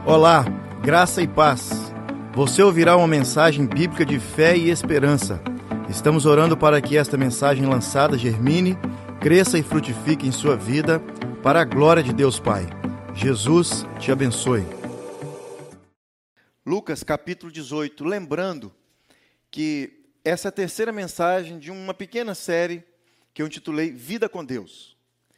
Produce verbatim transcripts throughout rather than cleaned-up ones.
Olá, graça e paz. Você ouvirá uma mensagem bíblica de fé e esperança. Estamos orando para que esta mensagem lançada germine, cresça e frutifique em sua vida, para a glória de Deus Pai. Jesus te abençoe. Lucas capítulo dezoito, lembrando que essa é a terceira mensagem de uma pequena série que eu intitulei Vida com Deus.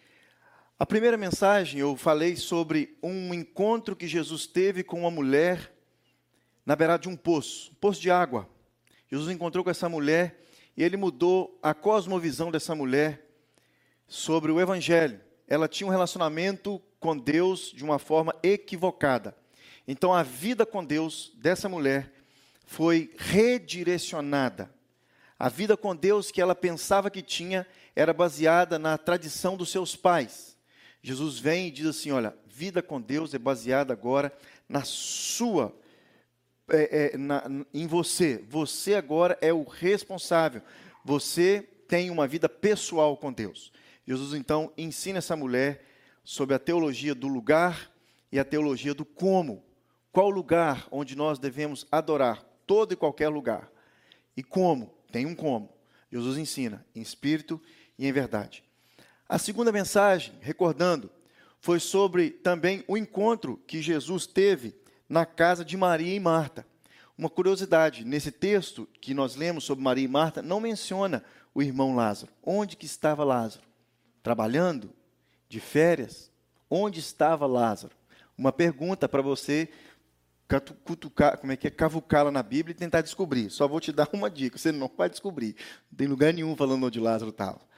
A primeira mensagem eu falei sobre um encontro que Jesus teve com uma mulher na beirada de um poço, um poço de água. Jesus encontrou com essa mulher e ele mudou a cosmovisão dessa mulher sobre o Evangelho. Ela tinha um relacionamento com Deus de uma forma equivocada. Então a vida com Deus dessa mulher foi redirecionada. A vida com Deus que ela pensava que tinha era baseada na tradição dos seus pais. Jesus vem e diz assim, olha, vida com Deus é baseada agora na sua, é, é, na, em você. Você agora é o responsável. Você tem uma vida pessoal com Deus. Jesus então ensina essa mulher sobre a teologia do lugar e a teologia do como. Qual lugar onde nós devemos adorar? Todo e qualquer lugar. E como? Tem um como. Jesus ensina em espírito e em verdade. A segunda mensagem, recordando, foi sobre também o encontro que Jesus teve na casa de Maria e Marta. Uma curiosidade, nesse texto que nós lemos sobre Maria e Marta, não menciona o irmão Lázaro. Onde que estava Lázaro? Trabalhando? De férias? Onde estava Lázaro? Uma pergunta para você cutucar, como é que é, cavucá-la na Bíblia e tentar descobrir. Só vou te dar uma dica, você não vai descobrir. Não tem lugar nenhum falando onde Lázaro estava.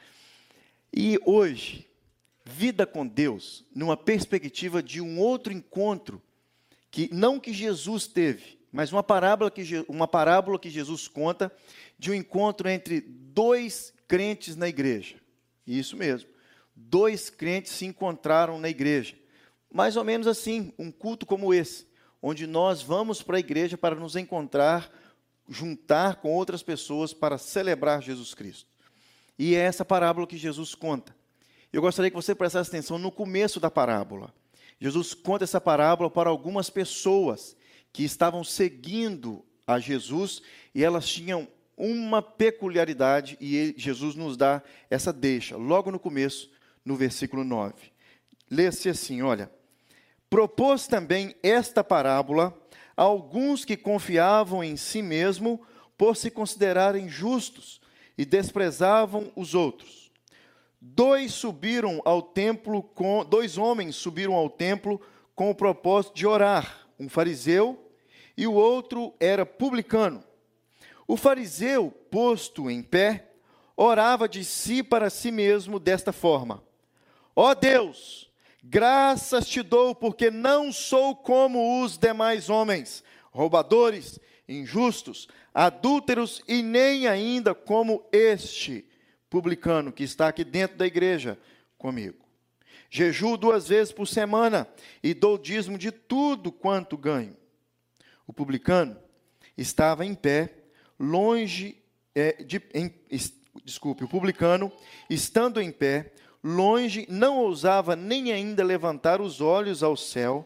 E hoje, vida com Deus, numa perspectiva de um outro encontro, que não que Jesus teve, mas uma parábola que, uma parábola que Jesus conta, de um encontro entre dois crentes na igreja. Isso mesmo, dois crentes se encontraram na igreja. Mais ou menos assim, um culto como esse, onde nós vamos para a igreja para nos encontrar, juntar com outras pessoas para celebrar Jesus Cristo. E é essa parábola que Jesus conta. Eu gostaria que você prestasse atenção no começo da parábola. Jesus conta essa parábola para algumas pessoas que estavam seguindo a Jesus e elas tinham uma peculiaridade e ele, Jesus nos dá essa deixa, logo no começo, no versículo nove. Lê-se assim, olha. Propôs também esta parábola a alguns que confiavam em si mesmo por se considerarem justos, e desprezavam os outros. Dois subiram ao templo com dois homens subiram ao templo com o propósito de orar, um fariseu e o outro era publicano. O fariseu, posto em pé, orava de si para si mesmo desta forma: ó Deus, graças te dou porque não sou como os demais homens, roubadores, injustos, adúlteros e nem ainda como este publicano que está aqui dentro da igreja comigo. Jejuo duas vezes por semana e dou dízimo de tudo quanto ganho. O publicano estava em pé, longe é, de, em, desculpe, o publicano, estando em pé, longe, não ousava nem ainda levantar os olhos ao céu,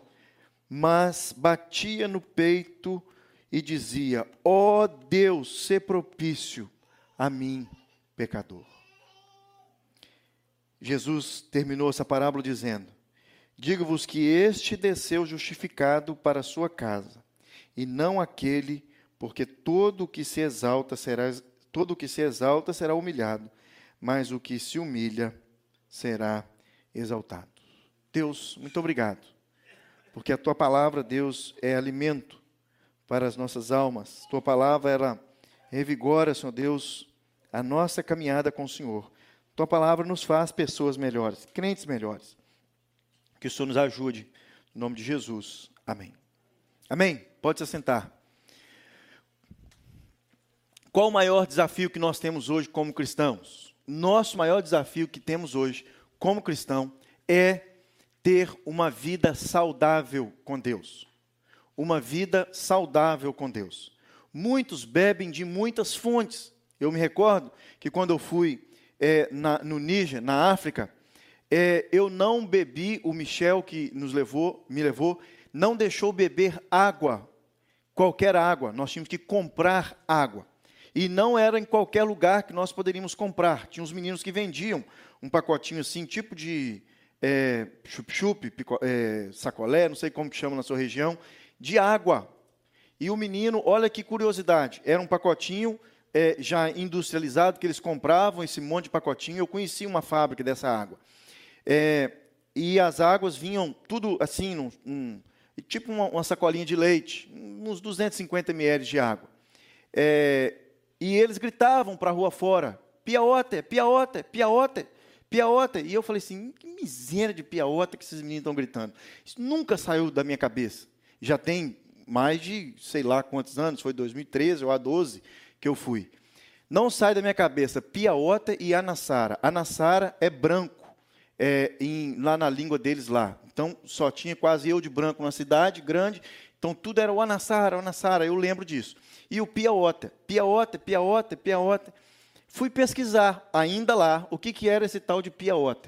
mas batia no peito e dizia: ó Deus, sê propício a mim, pecador. Jesus terminou essa parábola dizendo: digo-vos que este desceu justificado para a sua casa, e não aquele, porque todo o que se exalta será, todo o que se exalta será humilhado, mas o que se humilha será exaltado. Deus, muito obrigado, porque a tua palavra, Deus, é alimento para as nossas almas. Tua palavra, ela revigora, Senhor Deus, a nossa caminhada com o Senhor. Tua palavra nos faz pessoas melhores, crentes melhores. Que o Senhor nos ajude, em nome de Jesus. Amém. Amém. Pode se assentar. Qual o maior desafio que nós temos hoje como cristãos? Nosso maior desafio que temos hoje como cristão é ter uma vida saudável com Deus. Uma vida saudável com Deus. Muitos bebem de muitas fontes. Eu me recordo que quando eu fui é, na, no Níger, na África, é, eu não bebi o Michel que nos levou, me levou, não deixou beber água, qualquer água, nós tínhamos que comprar água. E não era em qualquer lugar que nós poderíamos comprar. Tinha uns meninos que vendiam um pacotinho assim, tipo de é, chup-chup, é, sacolé, não sei como que chama na sua região, de água. E o menino, olha que curiosidade, era um pacotinho é, já industrializado, que eles compravam esse monte de pacotinho. Eu conheci uma fábrica dessa água. É, e as águas vinham tudo assim, num, um, tipo uma, uma sacolinha de leite, uns duzentos e cinquenta mililitros de água. É, e eles gritavam para a rua fora, piaote, piaote, piaote, piaote. E eu falei assim, que miséria de piaote que esses meninos estão gritando. Isso nunca saiu da minha cabeça. Já tem mais de, sei lá quantos anos, foi dois mil e treze ou a doze que eu fui. Não sai da minha cabeça, piaote e anassara. Anassara é branco, é, em, lá na língua deles lá. Então, só tinha quase eu de branco na cidade, grande. Então, tudo era o anassara, o anassara, eu lembro disso. E o piaote, piaote, piaote, piaote. Fui pesquisar, ainda lá, o que, que era esse tal de piaote.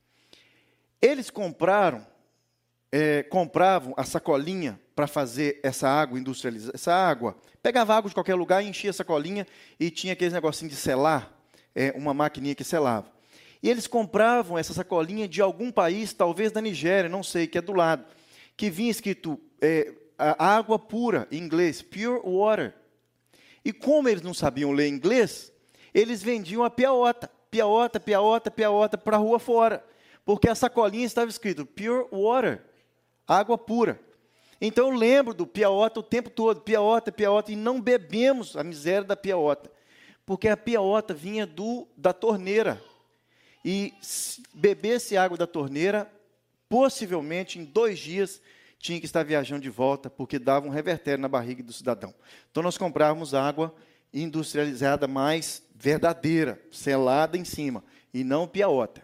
Eles compraram, é, compravam a sacolinha para fazer essa água industrializada, essa água. Pegava água de qualquer lugar, enchia a sacolinha e tinha aquele negocinho de selar, é, uma maquininha que selava. E eles compravam essa sacolinha de algum país, talvez da Nigéria, não sei, que é do lado, que vinha escrito é, a água pura, em inglês, pure water. E como eles não sabiam ler inglês, eles vendiam a piaota, piaota, piaota, piaota, para a rua fora, porque a sacolinha estava escrito pure water, água pura. Então eu lembro do piaota o tempo todo, piaota, piaota, e não bebemos a miséria da piaota, porque a piaota vinha do, da torneira. E se bebesse água da torneira, possivelmente em dois dias tinha que estar viajando de volta, porque dava um revertério na barriga do cidadão. Então nós comprávamos água industrializada, mais verdadeira, selada em cima, e não piaota.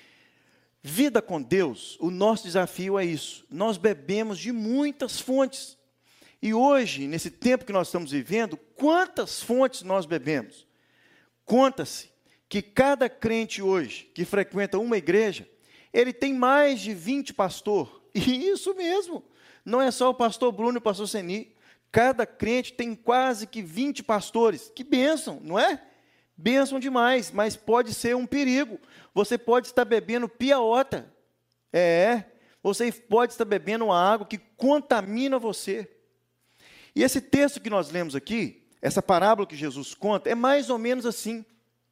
Vida com Deus, o nosso desafio é isso. Nós bebemos de muitas fontes. E hoje, nesse tempo que nós estamos vivendo, quantas fontes nós bebemos? Conta-se que cada crente hoje, que frequenta uma igreja, ele tem mais de vinte pastores. E isso mesmo, não é só o pastor Bruno e o pastor Seni. Cada crente tem quase que vinte pastores. Que bênção, não é? Bênção demais, mas pode ser um perigo. Você pode estar bebendo piaota. É, você pode estar bebendo uma água que contamina você. E esse texto que nós lemos aqui, essa parábola que Jesus conta, é mais ou menos assim.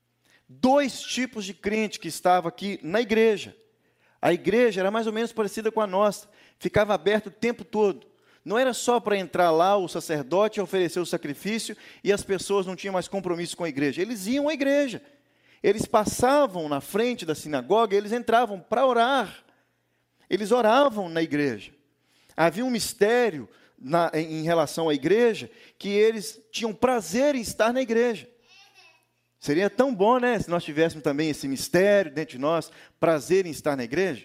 Dois tipos de crente que estavam aqui na igreja. A igreja era mais ou menos parecida com a nossa, ficava aberta o tempo todo. Não era só para entrar lá o sacerdote oferecer o sacrifício e as pessoas não tinham mais compromisso com a igreja. Eles iam à igreja. Eles passavam na frente da sinagoga, eles entravam para orar. Eles oravam na igreja. Havia um mistério na, em relação à igreja, que eles tinham prazer em estar na igreja. Seria tão bom, né, se nós tivéssemos também esse mistério dentro de nós, prazer em estar na igreja.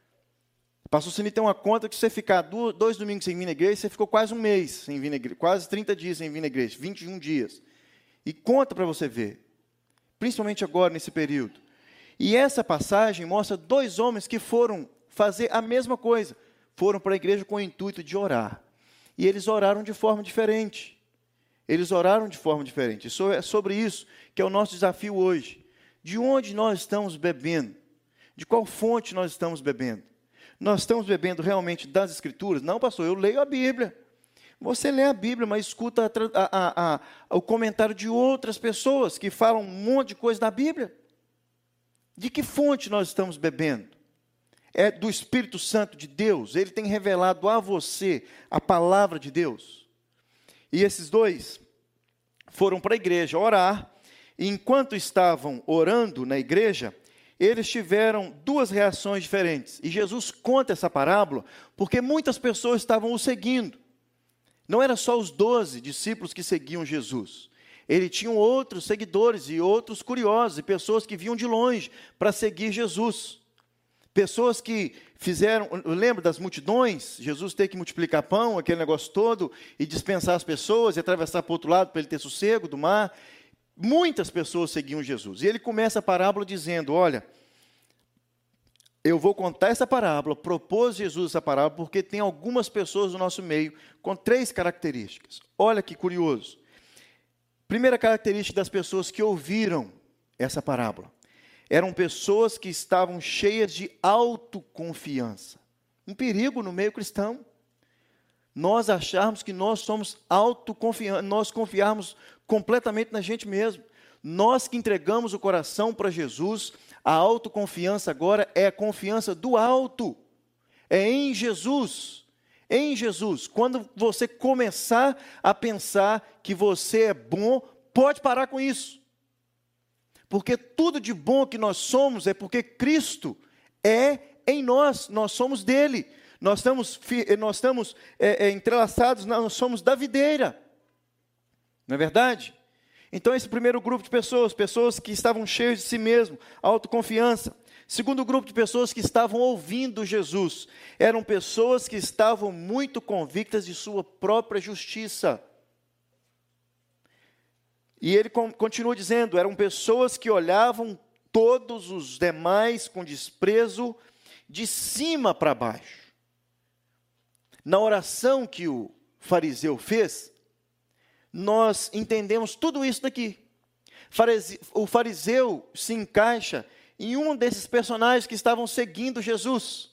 Pastor Cine tem uma conta que se você ficar dois domingos sem vir na igreja, você ficou quase um mês sem vir na igreja, quase trinta dias sem vir na igreja, vinte e um dias. E conta para você ver, principalmente agora nesse período. E essa passagem mostra dois homens que foram fazer a mesma coisa, foram para a igreja com o intuito de orar. E eles oraram de forma diferente. Eles oraram de forma diferente. É sobre isso que é o nosso desafio hoje. De onde nós estamos bebendo? De qual fonte nós estamos bebendo? Nós estamos bebendo realmente das Escrituras? Não, pastor, eu leio a Bíblia. Você lê a Bíblia, mas escuta a, a, a, o comentário de outras pessoas que falam um monte de coisa da Bíblia. De que fonte nós estamos bebendo? É do Espírito Santo de Deus? Ele tem revelado a você a palavra de Deus? E esses dois foram para a igreja orar, e enquanto estavam orando na igreja, eles tiveram duas reações diferentes. E Jesus conta essa parábola porque muitas pessoas estavam o seguindo. Não era só os doze discípulos que seguiam Jesus. Ele tinha outros seguidores e outros curiosos, e pessoas que vinham de longe para seguir Jesus. Pessoas que fizeram, lembra das multidões? Jesus teve que multiplicar pão, aquele negócio todo, e dispensar as pessoas, e atravessar para o outro lado para ele ter sossego do mar. Muitas pessoas seguiam Jesus. E ele começa a parábola dizendo, olha, eu vou contar essa parábola, propôs Jesus essa parábola, porque tem algumas pessoas no nosso meio com três características. Olha que curioso. Primeira característica das pessoas que ouviram essa parábola. Eram pessoas que estavam cheias de autoconfiança. Um perigo no meio cristão. Nós acharmos que nós somos autoconfiantes, nós confiarmos completamente na gente mesmo. Nós que entregamos o coração para Jesus, a autoconfiança agora é a confiança do alto. É em Jesus. Em Jesus. Quando você começar a pensar que você é bom, pode parar com isso. Porque tudo de bom que nós somos é porque Cristo é em nós, nós somos dele. Nós estamos, nós estamos é, é, entrelaçados, nós somos da videira. Não é verdade? Então, esse primeiro grupo de pessoas, pessoas que estavam cheias de si mesmo, autoconfiança. Segundo grupo de pessoas que estavam ouvindo Jesus, eram pessoas que estavam muito convictas de sua própria justiça. E ele continua dizendo, eram pessoas que olhavam todos os demais com desprezo de cima para baixo. Na oração que o fariseu fez, nós entendemos tudo isso daqui. O fariseu se encaixa em um desses personagens que estavam seguindo Jesus.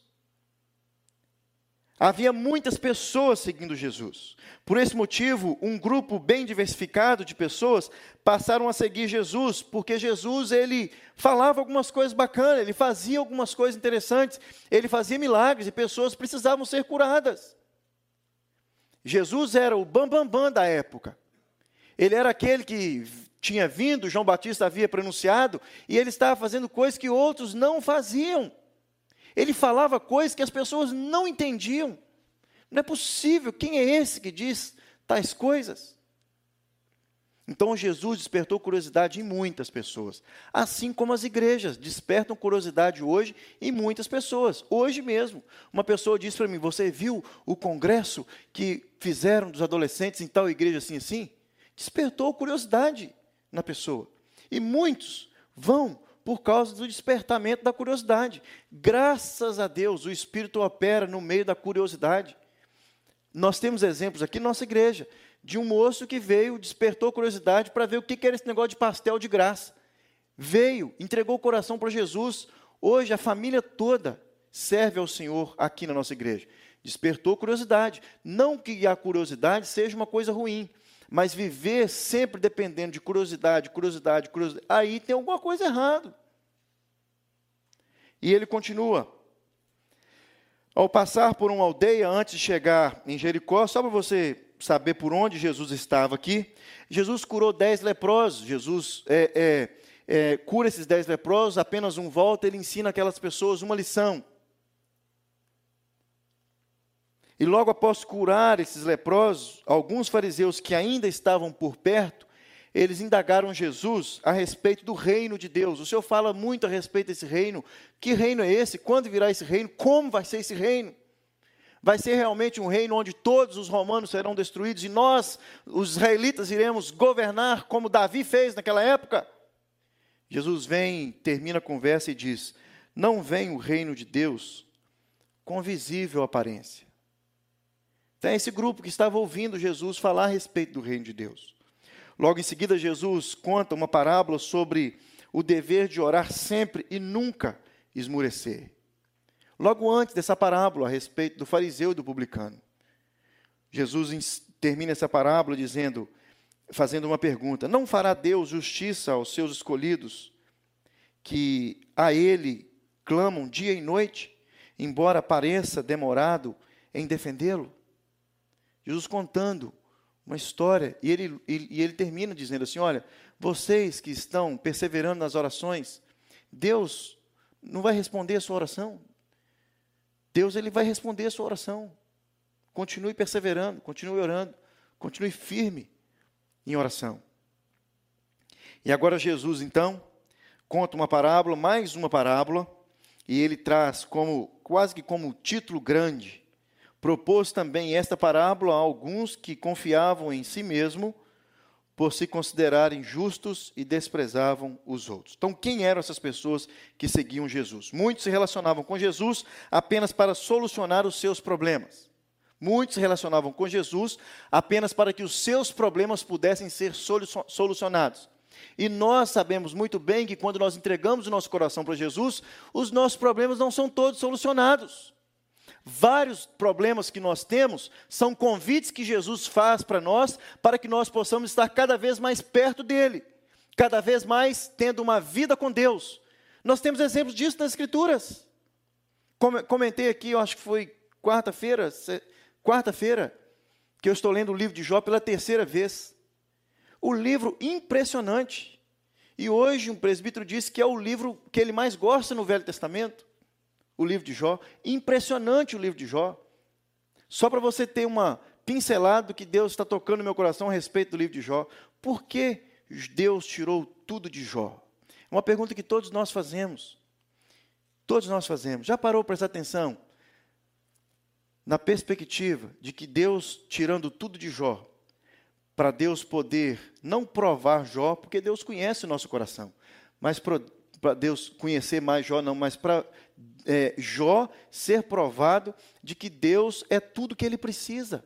Havia muitas pessoas seguindo Jesus. Por esse motivo, um grupo bem diversificado de pessoas passaram a seguir Jesus, porque Jesus, ele falava algumas coisas bacanas, ele fazia algumas coisas interessantes, ele fazia milagres e pessoas precisavam ser curadas. Jesus era o bambambam bam, bam da época. Ele era aquele que tinha vindo, João Batista havia pronunciado, e ele estava fazendo coisas que outros não faziam. Ele falava coisas que as pessoas não entendiam. Não é possível, quem é esse que diz tais coisas? Então Jesus despertou curiosidade em muitas pessoas, assim como as igrejas despertam curiosidade hoje em muitas pessoas. Hoje mesmo, uma pessoa disse para mim, você viu o congresso que fizeram dos adolescentes em tal igreja assim assim? Despertou curiosidade na pessoa. E muitos vão por causa do despertamento da curiosidade. Graças a Deus, o Espírito opera no meio da curiosidade. Nós temos exemplos aqui na nossa igreja, de um moço que veio, despertou curiosidade para ver o que era esse negócio de pastel de graça. Veio, entregou o coração para Jesus. Hoje a família toda serve ao Senhor aqui na nossa igreja. Despertou curiosidade. Não que a curiosidade seja uma coisa ruim, mas viver sempre dependendo de curiosidade, curiosidade, curiosidade, aí tem alguma coisa errada. E ele continua. Ao passar por uma aldeia, antes de chegar em Jericó, só para você saber por onde Jesus estava aqui, Jesus curou dez leprosos. Jesus é, é, é, cura esses dez leprosos, apenas um volta, ele ensina aquelas pessoas uma lição. E logo após curar esses leprosos, alguns fariseus que ainda estavam por perto, eles indagaram Jesus a respeito do reino de Deus. O Senhor fala muito a respeito desse reino. Que reino é esse? Quando virá esse reino? Como vai ser esse reino? Vai ser realmente um reino onde todos os romanos serão destruídos e nós, os israelitas, iremos governar como Davi fez naquela época? Jesus vem, termina a conversa e diz, não vem o reino de Deus com visível aparência. Tem esse grupo que estava ouvindo Jesus falar a respeito do reino de Deus. Logo em seguida, Jesus conta uma parábola sobre o dever de orar sempre e nunca esmurecer. Logo antes dessa parábola, a respeito do fariseu e do publicano, Jesus termina essa parábola dizendo, fazendo uma pergunta, não fará Deus justiça aos seus escolhidos, que a Ele clamam dia e noite, embora pareça demorado em defendê-lo? Jesus contando uma história, e ele, e, e ele termina dizendo assim, olha, vocês que estão perseverando nas orações, Deus não vai responder a sua oração. Deus ele vai responder a sua oração. Continue perseverando, continue orando, continue firme em oração. E agora Jesus, então, conta uma parábola, mais uma parábola, e ele traz como, quase que como título grande, propôs também esta parábola a alguns que confiavam em si mesmo, por se considerarem justos e desprezavam os outros. Então, quem eram essas pessoas que seguiam Jesus? Muitos se relacionavam com Jesus apenas para solucionar os seus problemas. Muitos se relacionavam com Jesus apenas para que os seus problemas pudessem ser solucionados. E nós sabemos muito bem que quando nós entregamos o nosso coração para Jesus, os nossos problemas não são todos solucionados. Vários problemas que nós temos são convites que Jesus faz para nós, para que nós possamos estar cada vez mais perto dele, cada vez mais tendo uma vida com Deus. Nós temos exemplos disso nas Escrituras. Comentei aqui, eu acho que foi quarta-feira, quarta-feira, que eu estou lendo o livro de Jó pela terceira vez. O livro impressionante. E hoje um presbítero disse que é o livro que ele mais gosta no Velho Testamento. O livro de Jó, impressionante o livro de Jó. Só para você ter uma pincelada do que Deus está tocando no meu coração a respeito do livro de Jó. Por que Deus tirou tudo de Jó? É uma pergunta que todos nós fazemos. Todos nós fazemos. Já parou para prestar atenção? Na perspectiva de que Deus, tirando tudo de Jó, para Deus poder não provar Jó, porque Deus conhece o nosso coração, mas para Deus conhecer mais Jó, não, mas para é, Jó ser provado de que Deus é tudo que ele precisa.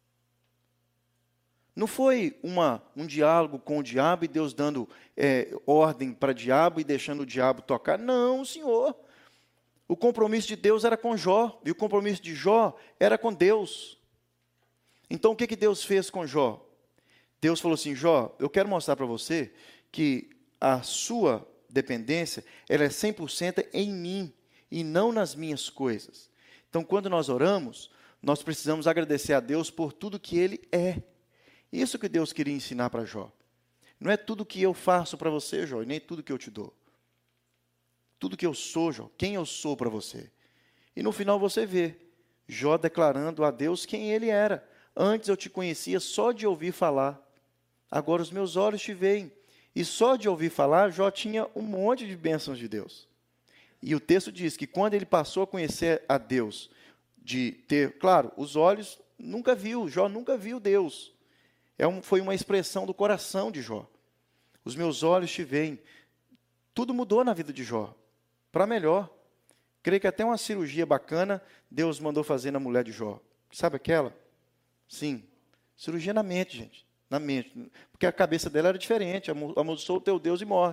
Não foi uma, um diálogo com o diabo e Deus dando é, ordem para o diabo e deixando o diabo tocar. Não, Senhor. O compromisso de Deus era com Jó, e o compromisso de Jó era com Deus. Então, o que, que Deus fez com Jó? Deus falou assim, Jó, eu quero mostrar para você que a sua dependência, ela é cem por cento em mim, e não nas minhas coisas. Então, quando nós oramos, nós precisamos agradecer a Deus por tudo que Ele é. Isso que Deus queria ensinar para Jó. Não é tudo que eu faço para você, Jó, e nem tudo que eu te dou. Tudo que eu sou, Jó, quem eu sou para você. E no final você vê Jó declarando a Deus quem ele era. Antes eu te conhecia só de ouvir falar. Agora os meus olhos te veem. E só de ouvir falar, Jó tinha um monte de bênçãos de Deus. E o texto diz que quando ele passou a conhecer a Deus, de ter, claro, os olhos nunca viu, Jó nunca viu Deus. É um, foi uma expressão do coração de Jó. Os meus olhos te veem. Tudo mudou na vida de Jó. Para melhor. Creio que até uma cirurgia bacana Deus mandou fazer na mulher de Jó. Sabe aquela? Sim. Cirurgia na mente, gente. Na mente. Porque a cabeça dela era diferente. Amaldiçoou o teu Deus e morre.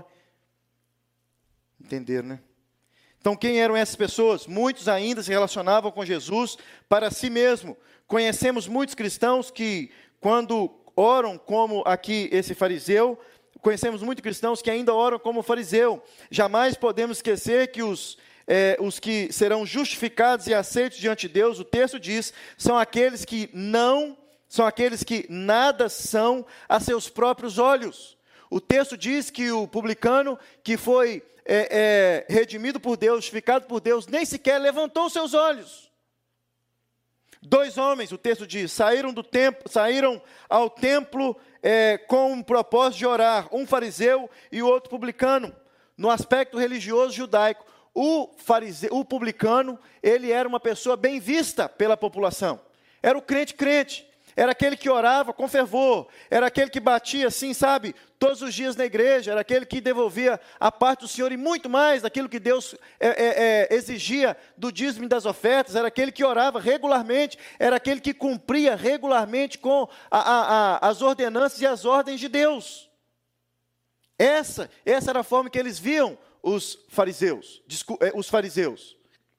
Entenderam, né? Então, quem eram essas pessoas? Muitos ainda se relacionavam com Jesus para si mesmo. Conhecemos muitos cristãos que, quando oram como aqui esse fariseu, conhecemos muitos cristãos que ainda oram como fariseu. Jamais podemos esquecer que os, é, os que serão justificados e aceitos diante de Deus, o texto diz, são aqueles que não, são aqueles que nada são a seus próprios olhos. O texto diz que o publicano que foi é, é, redimido por Deus, justificado por Deus, nem sequer levantou seus olhos. Dois homens, o texto diz, saíram do templo, saíram ao templo é, com o propósito de orar, um fariseu e o outro publicano, no aspecto religioso judaico. O fariseu, o publicano, ele era uma pessoa bem vista pela população. Era o crente crente, era aquele que orava com fervor, era aquele que batia assim, sabe, todos os dias na igreja, era aquele que devolvia a parte do Senhor e muito mais daquilo que Deus é, é, é, exigia do dízimo e das ofertas, era aquele que orava regularmente, era aquele que cumpria regularmente com a, a, a, as ordenanças e as ordens de Deus. Essa, essa era a forma que eles viam os fariseus, os fariseus.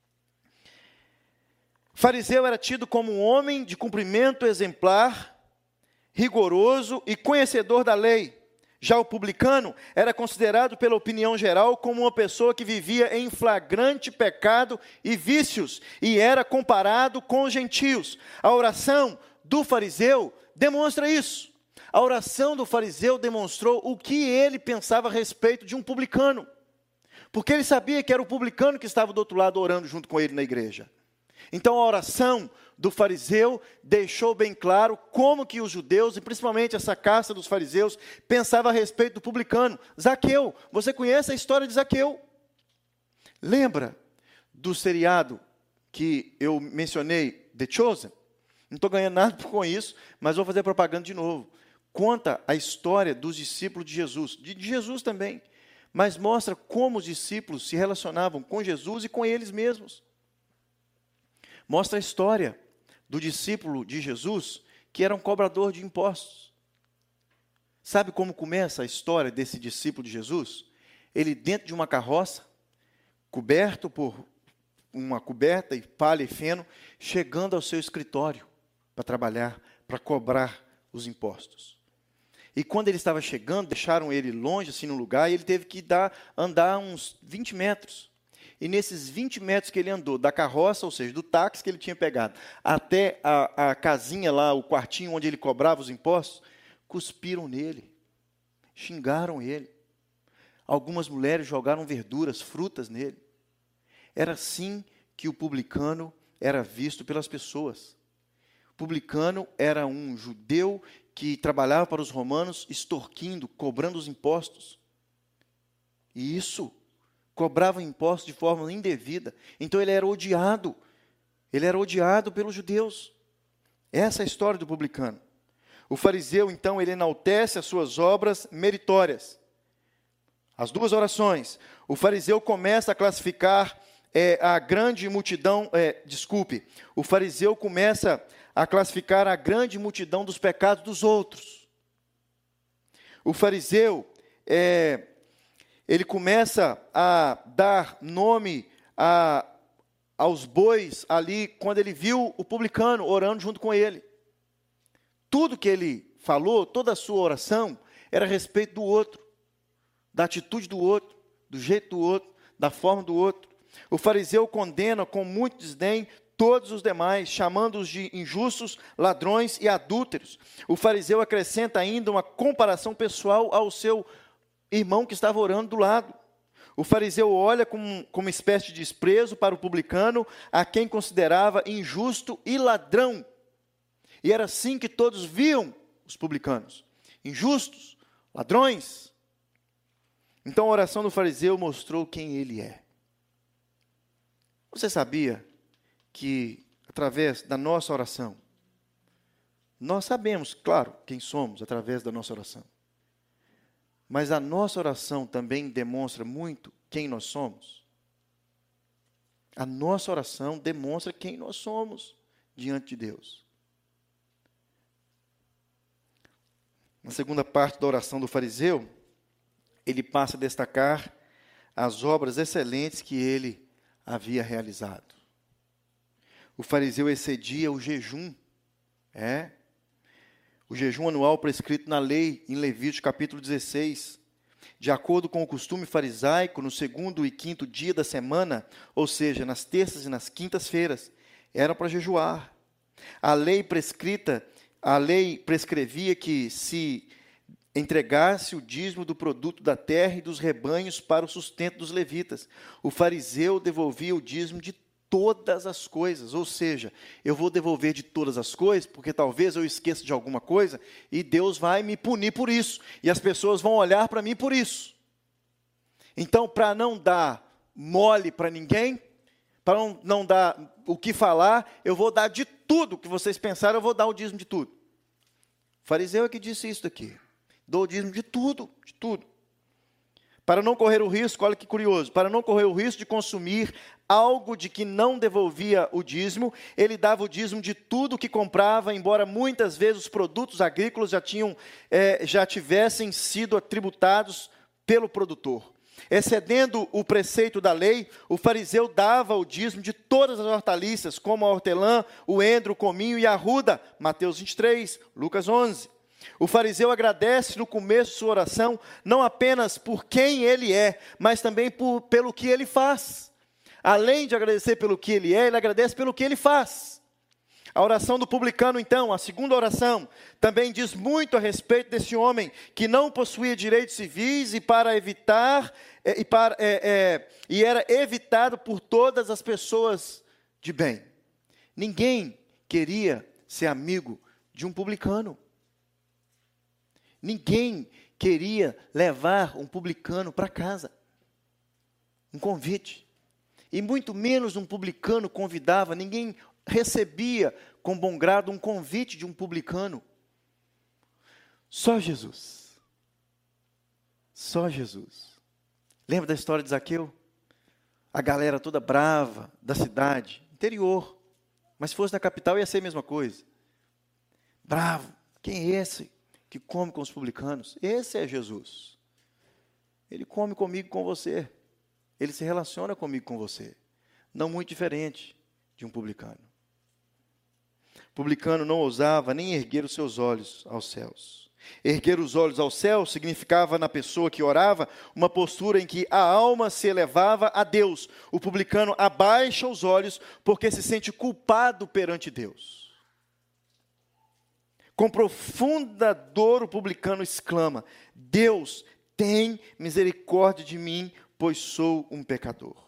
Fariseu era tido como um homem de cumprimento exemplar, rigoroso e conhecedor da lei. Já o publicano era considerado pela opinião geral como uma pessoa que vivia em flagrante pecado e vícios e era comparado com os gentios. A oração do fariseu demonstra isso. A oração do fariseu demonstrou o que ele pensava a respeito de um publicano. Porque ele sabia que era o publicano que estava do outro lado orando junto com ele na igreja. Então a oração do fariseu deixou bem claro como que os judeus, e principalmente essa casta dos fariseus, pensava a respeito do publicano. Zaqueu, você conhece a história de Zaqueu? Lembra do seriado que eu mencionei, The Chosen? Não estou ganhando nada com isso, mas vou fazer propaganda de novo. conta a história dos discípulos de Jesus, de Jesus também, mas mostra como os discípulos se relacionavam com Jesus e com eles mesmos. Mostra a história do discípulo de Jesus, que era um cobrador de impostos. Sabe como começa a história desse discípulo de Jesus? Ele dentro de uma carroça, coberto por uma coberta e palha e feno, chegando ao seu escritório para trabalhar, para cobrar os impostos. E quando ele estava chegando, deixaram ele longe, assim, no lugar, e ele teve que dar, andar uns vinte metros. E nesses vinte metros que ele andou, da carroça, ou seja, do táxi que ele tinha pegado, até a, a casinha lá, o quartinho onde ele cobrava os impostos, cuspiram nele, xingaram ele. Algumas mulheres jogaram verduras, frutas nele. Era assim que o publicano era visto pelas pessoas. O publicano era um judeu que trabalhava para os romanos, extorquindo, cobrando os impostos. E isso, cobrava impostos de forma indevida. Então ele era odiado. Ele era odiado pelos judeus. Essa é a história do publicano. O fariseu, então, ele enaltece as suas obras meritórias. As duas orações. O fariseu começa a classificar é, a grande multidão, é, desculpe, o fariseu começa a classificar a grande multidão dos pecados dos outros. O fariseu, é, ele começa a dar nome a, aos bois ali, quando ele viu o publicano orando junto com ele. Tudo que ele falou, toda a sua oração, era a respeito do outro, da atitude do outro, do jeito do outro, da forma do outro. O fariseu condena com muito desdém todos os demais, chamando-os de injustos, ladrões e adúlteros. O fariseu acrescenta ainda uma comparação pessoal ao seu irmão que estava orando do lado. O fariseu olha com, com uma espécie de desprezo para o publicano, a quem considerava injusto e ladrão. E era assim que todos viam os publicanos, injustos, ladrões. Então a oração do fariseu mostrou quem ele é. Você sabia que, através da nossa oração, nós sabemos, claro, quem somos através da nossa oração. Mas a nossa oração também demonstra muito quem nós somos. A nossa oração demonstra quem nós somos diante de Deus. Na segunda parte da oração do fariseu, ele passa a destacar as obras excelentes que ele havia realizado. O fariseu excedia o jejum, é, o jejum anual prescrito na lei, em Levítico capítulo dezesseis. De acordo com o costume farisaico, no segundo e quinto dia da semana, ou seja, nas terças e nas quintas-feiras, era para jejuar. A lei prescrita, a lei prescrevia que se entregasse o dízimo do produto da terra e dos rebanhos para o sustento dos levitas. O fariseu devolvia o dízimo de todas as coisas, ou seja, eu vou devolver de todas as coisas, porque talvez eu esqueça de alguma coisa, e Deus vai me punir por isso, e as pessoas vão olhar para mim por isso. Então, para não dar mole para ninguém, para não, não dar o que falar, eu vou dar de tudo que vocês pensaram, eu vou dar o dízimo de tudo. O fariseu é que disse isso aqui. Dou o dízimo de tudo, de tudo. Para não correr o risco, olha que curioso, para não correr o risco de consumir algo de que não devolvia o dízimo, ele dava o dízimo de tudo que comprava, embora muitas vezes os produtos agrícolas já, tinham, é, já tivessem sido tributados pelo produtor. Excedendo o preceito da lei, o fariseu dava o dízimo de todas as hortaliças, como a hortelã, o endro, o cominho e a arruda, Mateus vinte e três, Lucas onze. O fariseu agradece no começo de sua oração, não apenas por quem ele é, mas também por, pelo que ele faz. Além de agradecer pelo que ele é, ele agradece pelo que ele faz. A oração do publicano, então, a segunda oração, também diz muito a respeito desse homem que não possuía direitos civis e para evitar, é, e, para, é, é, e era evitado por todas as pessoas de bem. Ninguém queria ser amigo de um publicano. Ninguém queria levar um publicano para casa. Um convite. E muito menos um publicano convidava, ninguém recebia com bom grado um convite de um publicano. Só Jesus. Só Jesus. Lembra da história de Zaqueu? A galera toda brava da cidade, interior. Mas se fosse na capital ia ser a mesma coisa. Bravo. Quem é esse que come com os publicanos? Esse é Jesus. Ele come comigo e com você. Ele se relaciona comigo e com você. Não muito diferente de um publicano. O publicano não ousava nem erguer os seus olhos aos céus. Erguer os olhos ao céu significava, na pessoa que orava, uma postura em que a alma se elevava a Deus. O publicano abaixa os olhos porque se sente culpado perante Deus. Com profunda dor, o publicano exclama: Deus, tem misericórdia de mim, pois sou um pecador.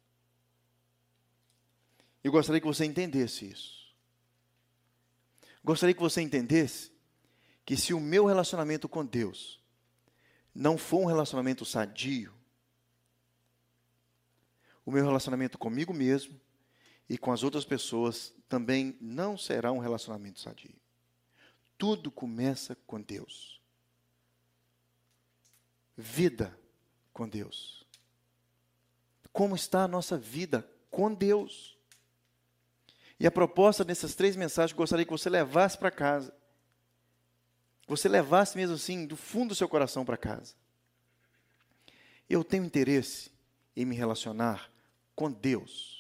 Eu gostaria que você entendesse isso. Gostaria que você entendesse que se o meu relacionamento com Deus não for um relacionamento sadio, o meu relacionamento comigo mesmo e com as outras pessoas também não será um relacionamento sadio. Tudo começa com Deus. Vida com Deus. Como está a nossa vida com Deus? E a proposta dessas três mensagens, eu gostaria que você levasse para casa. Você levasse mesmo assim, do fundo do seu coração para casa. Eu tenho interesse em me relacionar com Deus.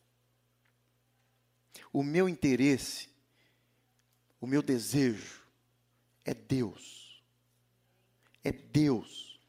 O meu interesse, o meu desejo é Deus. É Deus.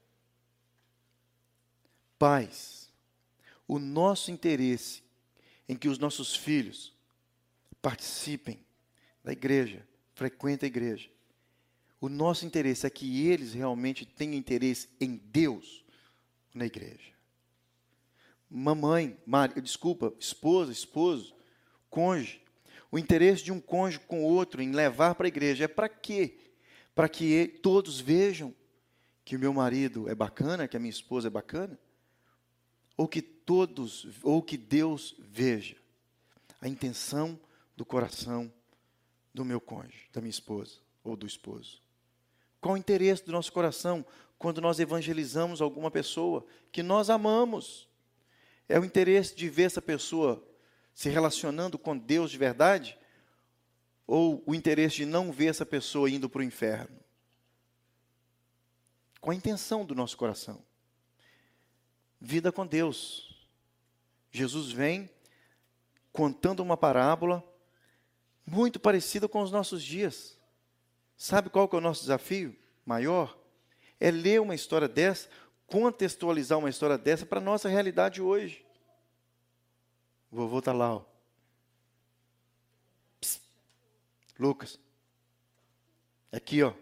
Pais, o nosso interesse em que os nossos filhos participem da igreja, frequentem a igreja, o nosso interesse é que eles realmente tenham interesse em Deus na igreja. Mamãe, Maria, desculpa, esposa, esposo, cônjuge. O interesse de um cônjuge com o outro em levar para a igreja é para quê? Para que todos vejam que o meu marido é bacana, que a minha esposa é bacana? Ou que todos, ou que Deus veja a intenção do coração do meu cônjuge, da minha esposa ou do esposo? Qual o interesse do nosso coração quando nós evangelizamos alguma pessoa que nós amamos? É o interesse de ver essa pessoa se relacionando com Deus de verdade? Ou o interesse de não ver essa pessoa indo para o inferno? Qual a intenção do nosso coração? Vida com Deus. Jesus vem contando uma parábola muito parecida com os nossos dias. Sabe qual que é o nosso desafio maior? É ler uma história dessa, contextualizar uma história dessa para a nossa realidade hoje. O vovô está lá, ó. Psst. Lucas. Aqui, ó.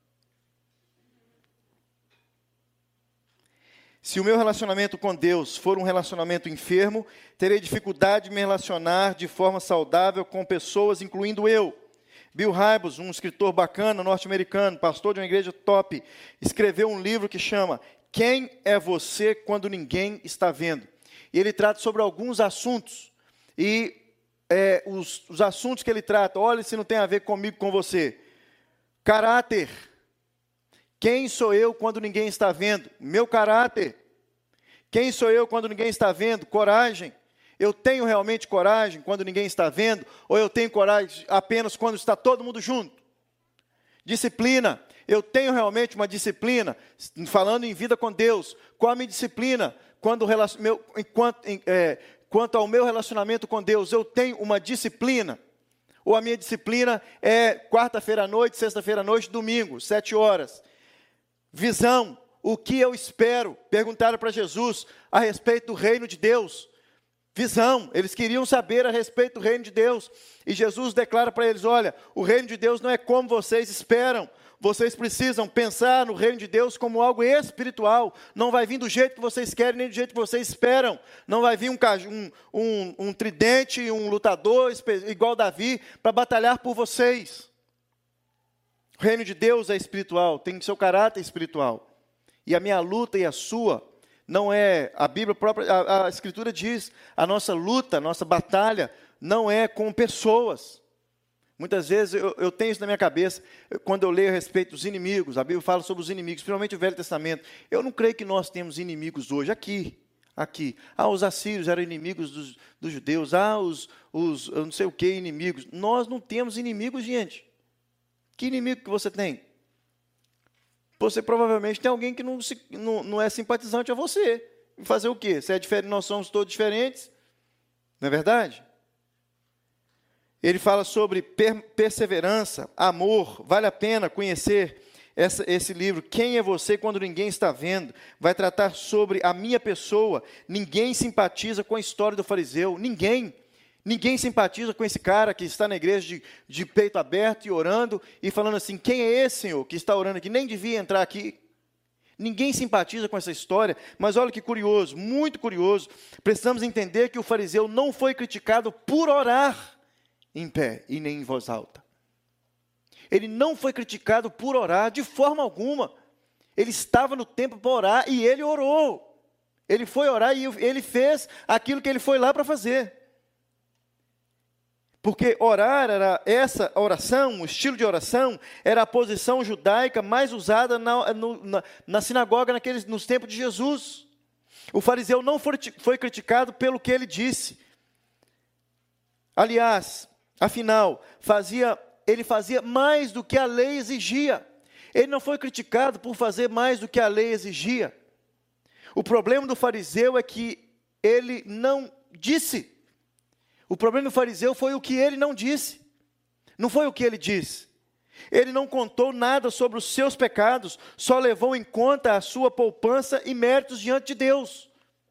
Se o meu relacionamento com Deus for um relacionamento enfermo, terei dificuldade de me relacionar de forma saudável com pessoas, incluindo eu. Bill Hybels, um escritor bacana, norte-americano, pastor de uma igreja top, escreveu um livro que chama Quem é Você Quando Ninguém Está Vendo? E ele trata sobre alguns assuntos. E é, os, os assuntos que ele trata, olha se não tem a ver comigo, com você. Caráter. Quem sou eu quando ninguém está vendo? Meu caráter. Quem sou eu quando ninguém está vendo? Coragem. Eu tenho realmente coragem quando ninguém está vendo? Ou eu tenho coragem apenas quando está todo mundo junto? Disciplina. Eu tenho realmente uma disciplina, falando em vida com Deus. Qual a minha disciplina? Quando, meu, enquanto, é, quanto ao meu relacionamento com Deus, eu tenho uma disciplina? Ou a minha disciplina é quarta-feira à noite, sexta-feira à noite, domingo, sete horas? Visão. O que eu espero? Perguntaram para Jesus a respeito do reino de Deus. Visão, eles queriam saber a respeito do reino de Deus, e Jesus declara para eles, olha, o reino de Deus não é como vocês esperam, vocês precisam pensar no reino de Deus como algo espiritual, não vai vir do jeito que vocês querem, nem do jeito que vocês esperam, não vai vir um, um, um, um tridente, um lutador igual Davi, para batalhar por vocês. O reino de Deus é espiritual, tem seu caráter espiritual, e a minha luta e a sua, não é, a Bíblia própria, a, a Escritura diz, a nossa luta, a nossa batalha, não é com pessoas. Muitas vezes eu, eu tenho isso na minha cabeça, quando eu leio a respeito dos inimigos, a Bíblia fala sobre os inimigos, principalmente o Velho Testamento. Eu não creio que nós temos inimigos hoje, aqui, aqui. Ah, os assírios eram inimigos dos, dos judeus, ah, os, os, eu não sei o que, inimigos. Nós não temos inimigos, gente. Que inimigo que você tem? Você provavelmente tem alguém que não, se, não, não é simpatizante a você. Fazer o quê? Você é diferente, nós somos todos diferentes, não é verdade? Ele fala sobre per, perseverança, amor. Vale a pena conhecer essa, esse livro. Quem é você quando ninguém está vendo? Vai tratar sobre a minha pessoa. Ninguém simpatiza com a história do fariseu. Ninguém. Ninguém simpatiza com esse cara que está na igreja de, de peito aberto e orando e falando assim, quem é esse, Senhor, que está orando aqui? Nem devia entrar aqui. Ninguém simpatiza com essa história, mas olha que curioso, muito curioso. Precisamos entender que o fariseu não foi criticado por orar em pé e nem em voz alta. Ele não foi criticado por orar de forma alguma. Ele estava no templo para orar e ele orou. Ele foi orar e ele fez aquilo que ele foi lá para fazer. Porque orar era essa oração, o estilo de oração, era a posição judaica mais usada na, no, na, na sinagoga naqueles, nos tempos de Jesus. O fariseu não foi, foi criticado pelo que ele disse. Aliás, afinal, fazia, ele fazia mais do que a lei exigia. Ele não foi criticado por fazer mais do que a lei exigia. O problema do fariseu é que ele não disse. O problema do fariseu foi o que ele não disse. Não foi o que ele disse. Ele não contou nada sobre os seus pecados, só levou em conta a sua poupança e méritos diante de Deus.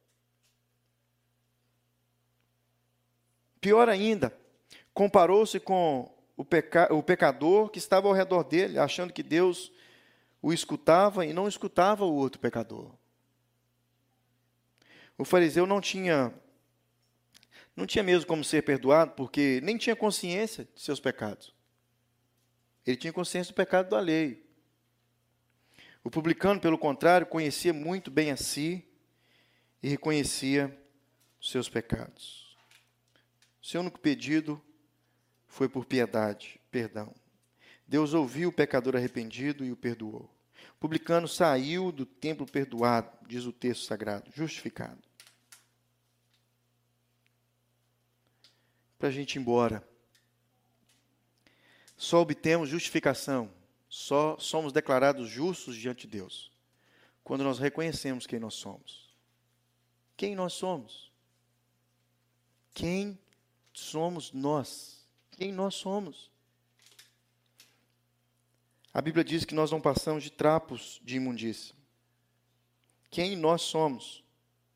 Pior ainda, comparou-se com o, peca, o pecador que estava ao redor dele, achando que Deus o escutava e não escutava o outro pecador. O fariseu não tinha, não tinha mesmo como ser perdoado, porque nem tinha consciência de seus pecados. Ele tinha consciência do pecado do alheio. O publicano, pelo contrário, conhecia muito bem a si e reconhecia os seus pecados. Seu único pedido foi por piedade, perdão. Deus ouviu o pecador arrependido e o perdoou. O publicano saiu do templo perdoado, diz o texto sagrado, justificado. Para a gente ir embora. Só obtemos justificação, só somos declarados justos diante de Deus, quando nós reconhecemos quem nós somos. Quem nós somos? Quem somos nós? Quem nós somos? A Bíblia diz que nós não passamos de trapos de imundícia. Quem nós somos?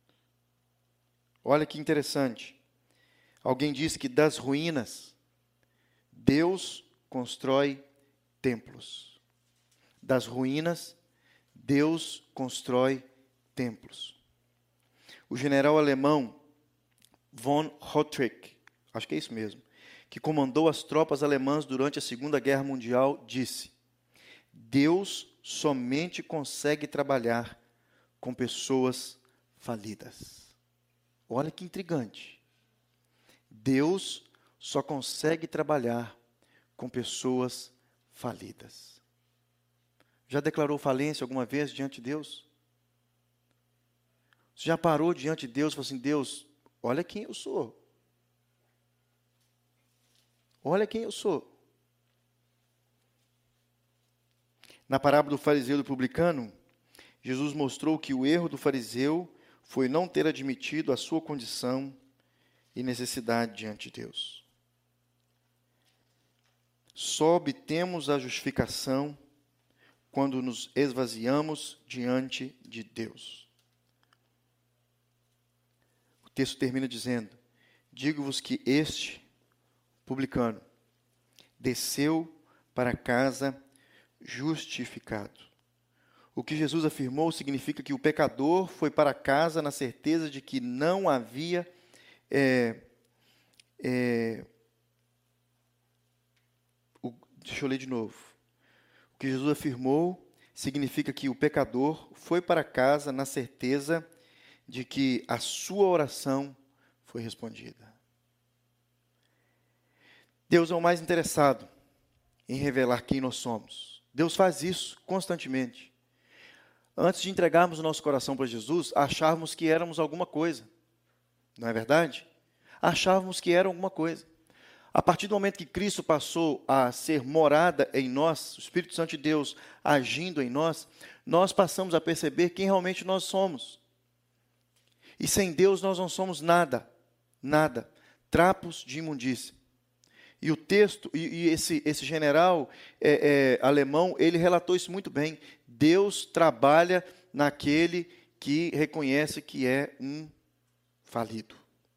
Olha que interessante. Alguém disse que das ruínas, Deus constrói templos. Das ruínas, Deus constrói templos. O general alemão von Hotrick, acho que é isso mesmo, que comandou as tropas alemãs durante a Segunda Guerra Mundial, disse: Deus somente consegue trabalhar com pessoas falidas. Olha que intrigante. Deus só consegue trabalhar com pessoas falidas. Já declarou falência alguma vez diante de Deus? Você já parou diante de Deus e falou assim: Deus, olha quem eu sou. Olha quem eu sou. Na parábola do fariseu e do publicano, Jesus mostrou que o erro do fariseu foi não ter admitido a sua condição e necessidade diante de Deus. Só obtemos a justificação quando nos esvaziamos diante de Deus. O texto termina dizendo: digo-vos que este publicano desceu para casa justificado. O que Jesus afirmou significa que o pecador foi para casa na certeza de que não havia é, é, o, deixa eu ler de novo. O que Jesus afirmou significa que o pecador foi para casa na certeza de que a sua oração foi respondida. Deus é o mais interessado em revelar quem nós somos. Deus faz isso constantemente. Antes de entregarmos o nosso coração para Jesus, achávamos que éramos alguma coisa. Não é verdade? Achávamos que era alguma coisa. A partir do momento que Cristo passou a ser morada em nós, o Espírito Santo de Deus agindo em nós, nós passamos a perceber quem realmente nós somos. E sem Deus nós não somos nada, nada, trapos de imundícia. E o texto, e, e esse, esse general é, é, alemão, ele relatou isso muito bem. Deus trabalha naquele que reconhece que é um falido.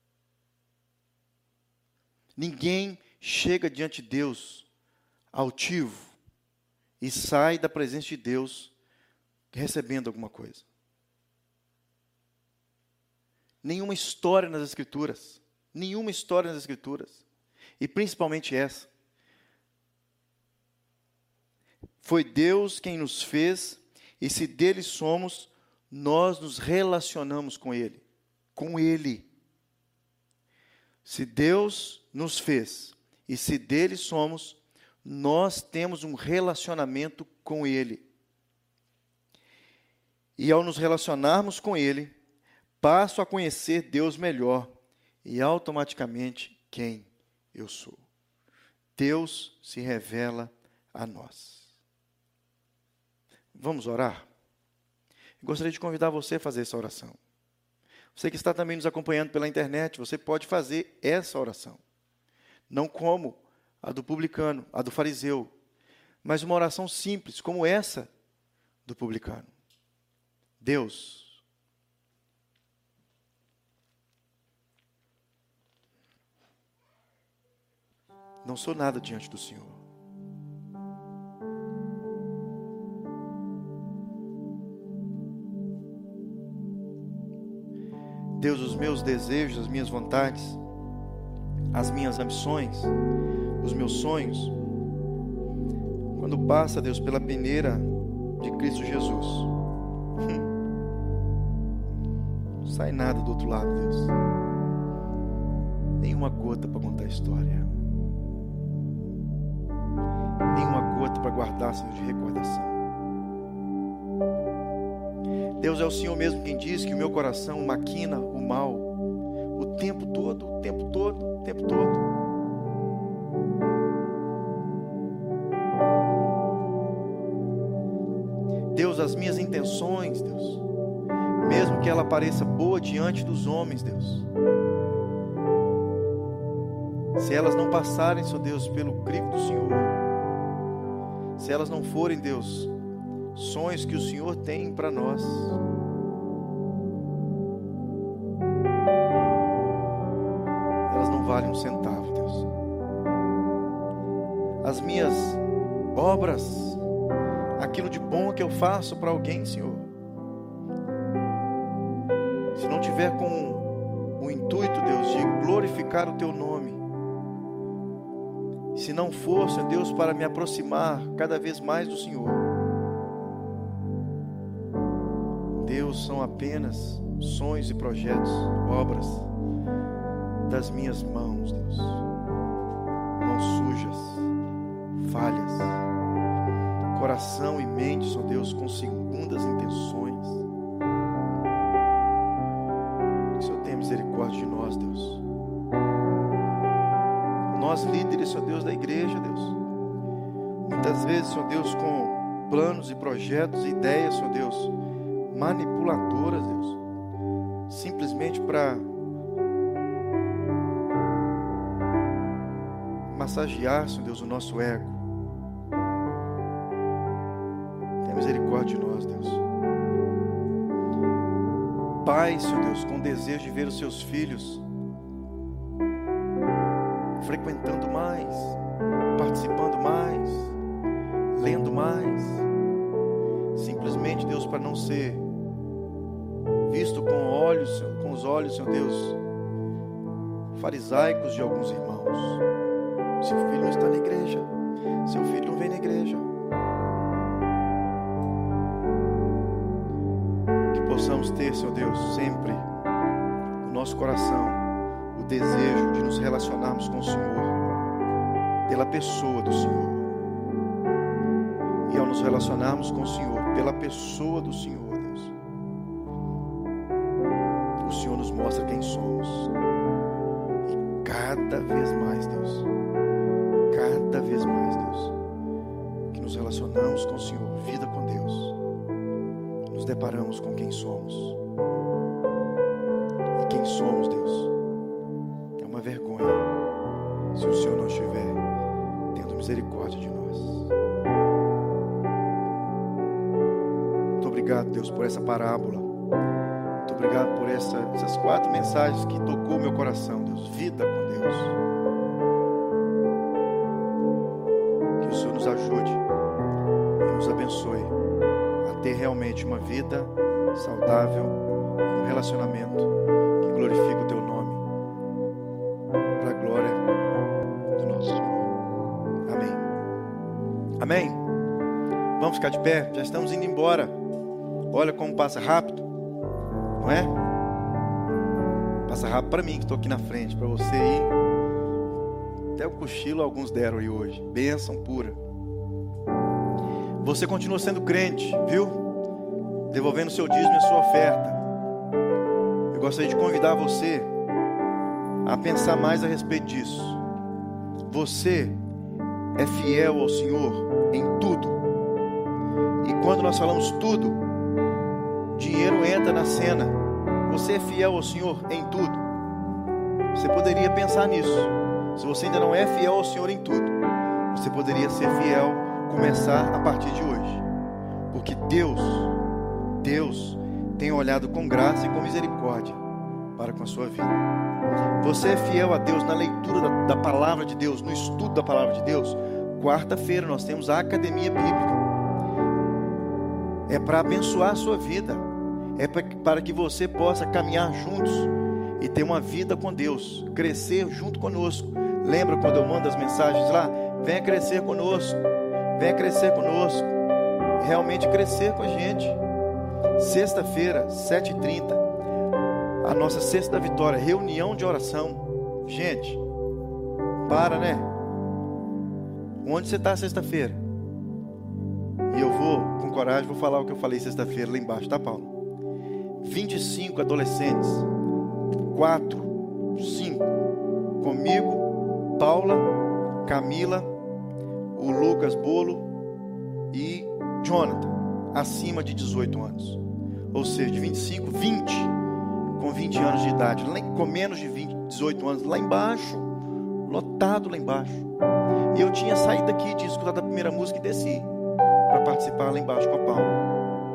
Ninguém chega diante de Deus altivo e sai da presença de Deus recebendo alguma coisa. Nenhuma história nas Escrituras, nenhuma história nas Escrituras, e principalmente essa. Foi Deus quem nos fez, e se dele somos, nós nos relacionamos com Ele. Com Ele. Se Deus nos fez, e se dele somos, nós temos um relacionamento com Ele. E ao nos relacionarmos com Ele, passo a conhecer Deus melhor, e automaticamente quem eu sou. Deus se revela a nós. Vamos orar? Gostaria de convidar você a fazer essa oração. Você que está também nos acompanhando pela internet, você pode fazer essa oração. Não como a do publicano, a do fariseu, mas uma oração simples, como essa do publicano. Deus, não sou nada diante do Senhor. Deus, os meus desejos, as minhas vontades, as minhas ambições, os meus sonhos, quando passa, Deus, pela peneira de Cristo Jesus, não sai nada do outro lado, Deus. Nenhuma gota para contar a história. Nenhuma gota para guardar, Senhor, de recordação. Deus, é o Senhor mesmo quem diz que o meu coração maquina o mal o tempo todo, o tempo todo, o tempo todo. Deus, as minhas intenções, Deus, mesmo que ela pareça boa diante dos homens, Deus, se elas não passarem, Senhor Deus, pelo crivo do Senhor, se elas não forem, Deus, sonhos que o Senhor tem para nós, elas não valem um centavo, Deus. As minhas obras, aquilo de bom que eu faço para alguém, Senhor, se não tiver com o intuito, Deus, de glorificar o Teu nome, se não for, Senhor Deus, para me aproximar cada vez mais do Senhor, Deus, são apenas sonhos e projetos, obras das minhas mãos, Deus. Mãos sujas, falhas, coração e mente, Senhor Deus, com segundas intenções. Que o Senhor tenha misericórdia de nós, Deus. Nós líderes, Senhor Deus, da igreja, Deus. Muitas vezes, Senhor Deus, com planos e projetos e ideias, Senhor Deus, manipuladoras, Deus, simplesmente para massagear, Senhor Deus, o nosso ego. Tenha misericórdia de nós, Deus. Pai, Senhor Deus, com desejo de ver os seus filhos frequentando mais, participando mais, lendo mais, simplesmente, Deus, para não ser visto com olhos, com os olhos, Senhor Deus, farisaicos de alguns irmãos. Seu filho não está na igreja, seu filho não vem na igreja. Que possamos ter, Senhor Deus, sempre no nosso coração o desejo de nos relacionarmos com o Senhor, pela pessoa do Senhor. E ao nos relacionarmos com o Senhor, pela pessoa do Senhor, Deus, o Senhor nos mostra quem somos. E cada vez mais, Deus, cada vez mais, Deus, que nos relacionamos com o Senhor, vida com Deus, nos deparamos com quem somos. E quem somos, Deus, é uma vergonha se o Senhor não estiver tendo misericórdia de nós. Muito obrigado, Deus, por essa parábola. Muito obrigado por essa, essas quatro mensagens que tocou meu coração, Deus. Vida com Deus. Que o Senhor nos ajude e nos abençoe a ter realmente uma vida saudável, um relacionamento que glorifica o Teu nome, para a glória do nosso Senhor. Amém. Amém. Vamos ficar de pé, já estamos indo embora. Olha como passa rápido, não é? Passa rápido para mim, que estou aqui na frente, para você ir. Até o cochilo alguns deram aí hoje. Bênção pura. Você continua sendo crente, viu? Devolvendo seu dízimo e a sua oferta. Eu gostaria de convidar você a pensar mais a respeito disso. Você é fiel ao Senhor em tudo. E quando nós falamos tudo, dinheiro entra na cena. Você é fiel ao Senhor em tudo. Você poderia pensar nisso. Se você ainda não é fiel ao Senhor em tudo, você poderia ser fiel, começar a partir de hoje. Porque Deus, Deus tem olhado com graça e com misericórdia para com a sua vida. Você é fiel a Deus na leitura da, da palavra de Deus, no estudo da palavra de Deus. Quarta-feira nós temos a Academia Bíblica. É para abençoar a sua vida. É para que você possa caminhar juntos e ter uma vida com Deus, crescer junto conosco. Lembra quando eu mando as mensagens lá? Venha crescer conosco, venha crescer conosco, realmente crescer com a gente. Sexta-feira, sete e trinta, a nossa Sexta da Vitória, reunião de oração. Gente, para, né? Onde você está sexta-feira? E eu vou, com coragem, vou falar o que eu falei sexta-feira lá embaixo, tá, Paulo? vinte e cinco adolescentes, quatro, cinco, comigo, Paula, Camila, o Lucas Bolo e Jonathan, acima de dezoito anos. Ou seja, de vinte e cinco, vinte, com vinte anos de idade, com menos de vinte, dezoito anos, lá embaixo, lotado lá embaixo. E eu tinha saído daqui, tinha escutado a primeira música e desci para participar lá embaixo com a Paula.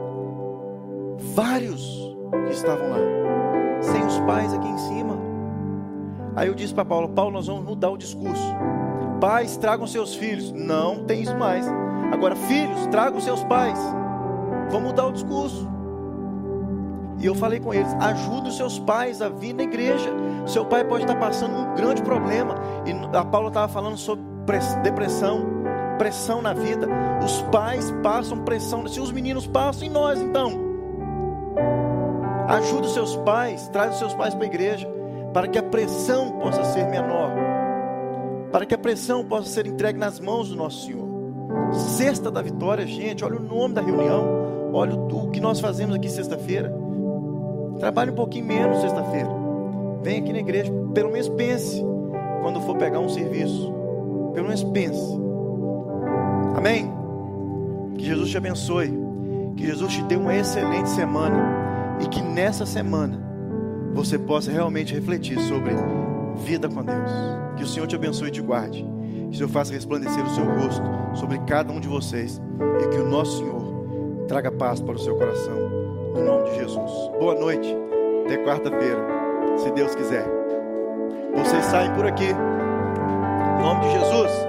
Vários que estavam lá, sem os pais aqui em cima. Aí eu disse para Paulo: Paulo, nós vamos mudar o discurso. Pais, tragam seus filhos. Não tem isso mais. Agora, filhos, tragam seus pais. Vamos mudar o discurso. E eu falei com eles: ajude os seus pais a vir na igreja. Seu pai pode estar passando um grande problema. E a Paula estava falando sobre depressão, pressão na vida. Os pais passam pressão. Se os meninos passam, e nós então? Ajude os seus pais, traz os seus pais para a igreja, para que a pressão possa ser menor, para que a pressão possa ser entregue nas mãos do nosso Senhor. Sexta da Vitória, gente, olha o nome da reunião, olha o, o que nós fazemos aqui sexta-feira. Trabalhe um pouquinho menos sexta-feira, vem aqui na igreja, pelo menos pense, quando for pegar um serviço, pelo menos pense. Amém? Que Jesus te abençoe, que Jesus te dê uma excelente semana. E que nessa semana você possa realmente refletir sobre vida com Deus. Que o Senhor te abençoe e te guarde. Que o Senhor faça resplandecer o seu rosto sobre cada um de vocês. E que o nosso Senhor traga paz para o seu coração. No nome de Jesus. Boa noite. Até quarta-feira, se Deus quiser. Vocês saem por aqui. Em nome de Jesus.